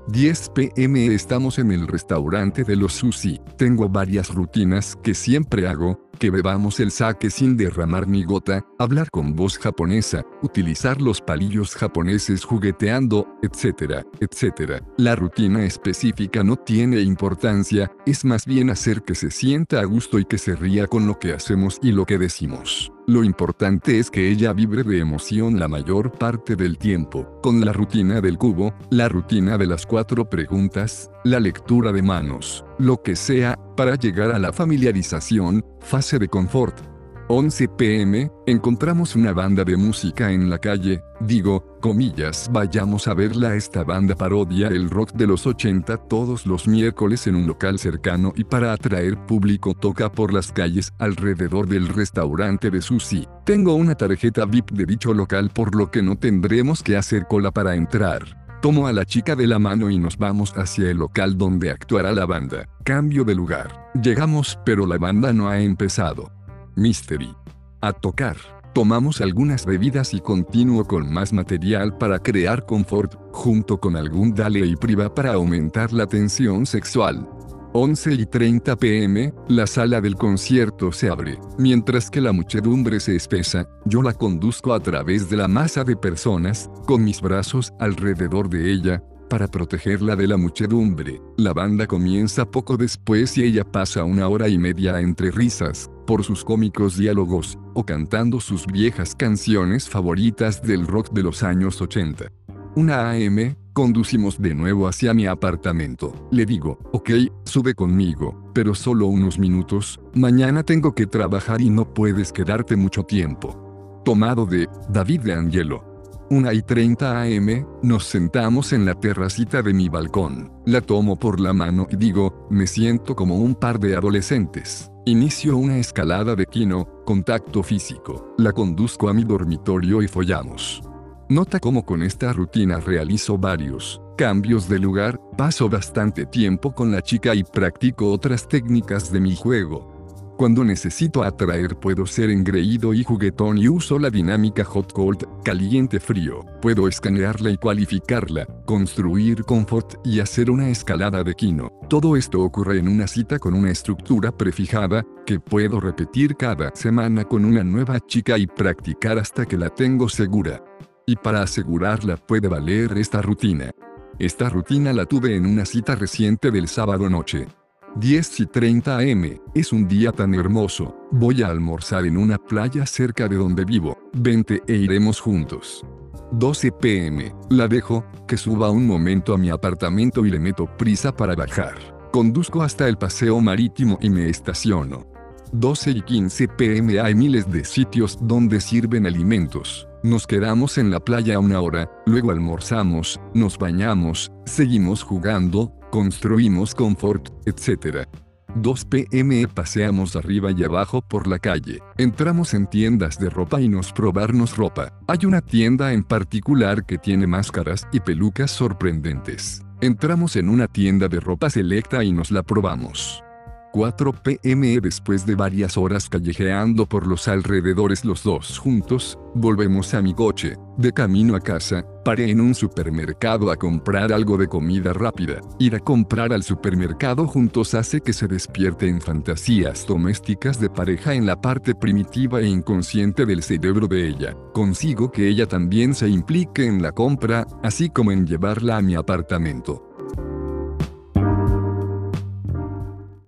10 p.m. Estamos en el restaurante de los sushi. Tengo varias rutinas que siempre hago: que bebamos el sake sin derramar ni gota, hablar con voz japonesa, utilizar los palillos japoneses jugueteando, etcétera, etcétera. La rutina específica no tiene importancia, es más bien hacer que se sienta a gusto y que se ría con lo que hacemos y lo que decimos. Lo importante es que ella vibre de emoción la mayor parte del tiempo. Con la rutina del cubo, la rutina de las 4 preguntas, la lectura de manos, lo que sea, para llegar a la familiarización, fase de confort. 11 p.m., encontramos una banda de música en la calle, digo, comillas, vayamos a verla. Esta banda parodia el rock de los 80 todos los miércoles en un local cercano y para atraer público toca por las calles alrededor del restaurante de sushi. Tengo una tarjeta VIP de dicho local por lo que no tendremos que hacer cola para entrar. Tomo a la chica de la mano y nos vamos hacia el local donde actuará la banda. Cambio de lugar. Llegamos pero la banda no ha empezado. Mystery. A tocar. Tomamos algunas bebidas y continúo con más material para crear confort, junto con algún dale y priva para aumentar la tensión sexual. 11:30 p.m., la sala del concierto se abre. Mientras que la muchedumbre se espesa, yo la conduzco a través de la masa de personas, con mis brazos alrededor de ella, para protegerla de la muchedumbre. La banda comienza poco después y ella pasa 1 hora y media entre risas, por sus cómicos diálogos, o cantando sus viejas canciones favoritas del rock de los años 80. 1 a.m., conducimos de nuevo hacia mi apartamento. Le digo, ok, sube conmigo, pero solo unos minutos, mañana tengo que trabajar y no puedes quedarte mucho tiempo. Tomado de David de Angelo. 1:30 a.m., nos sentamos en la terracita de mi balcón. La tomo por la mano y digo, me siento como un par de adolescentes. Inicio una escalada de kino, contacto físico. La conduzco a mi dormitorio y follamos. Nota cómo con esta rutina realizo varios cambios de lugar, paso bastante tiempo con la chica y practico otras técnicas de mi juego. Cuando necesito atraer puedo ser engreído y juguetón y uso la dinámica hot-cold, caliente-frío. Puedo escanearla y cualificarla, construir confort y hacer una escalada de kino. Todo esto ocurre en una cita con una estructura prefijada, que puedo repetir cada semana con una nueva chica y practicar hasta que la tengo segura. Y para asegurarla puede valer esta rutina. Esta rutina la tuve en una cita reciente del sábado noche. 10:30 a.m., es un día tan hermoso, voy a almorzar en una playa cerca de donde vivo, vente e iremos juntos. 12 p.m., la dejo, que suba un momento a mi apartamento y le meto prisa para bajar. Conduzco hasta el paseo marítimo y me estaciono. 12:15 p.m. hay miles de sitios donde sirven alimentos. Nos quedamos en la playa 1 hora, luego almorzamos, nos bañamos, seguimos jugando, construimos confort, etc. 2 p.m. paseamos arriba y abajo por la calle. Entramos en tiendas de ropa y nos probarnos ropa. Hay una tienda en particular que tiene máscaras y pelucas sorprendentes. Entramos en una tienda de ropa selecta y nos la probamos. 4 p.m. después de varias horas callejeando por los alrededores los dos juntos, volvemos a mi coche. De camino a casa, paré en un supermercado a comprar algo de comida rápida. Ir a comprar al supermercado juntos hace que se despierte en fantasías domésticas de pareja en la parte primitiva e inconsciente del cerebro de ella. Consigo que ella también se implique en la compra, así como en llevarla a mi apartamento.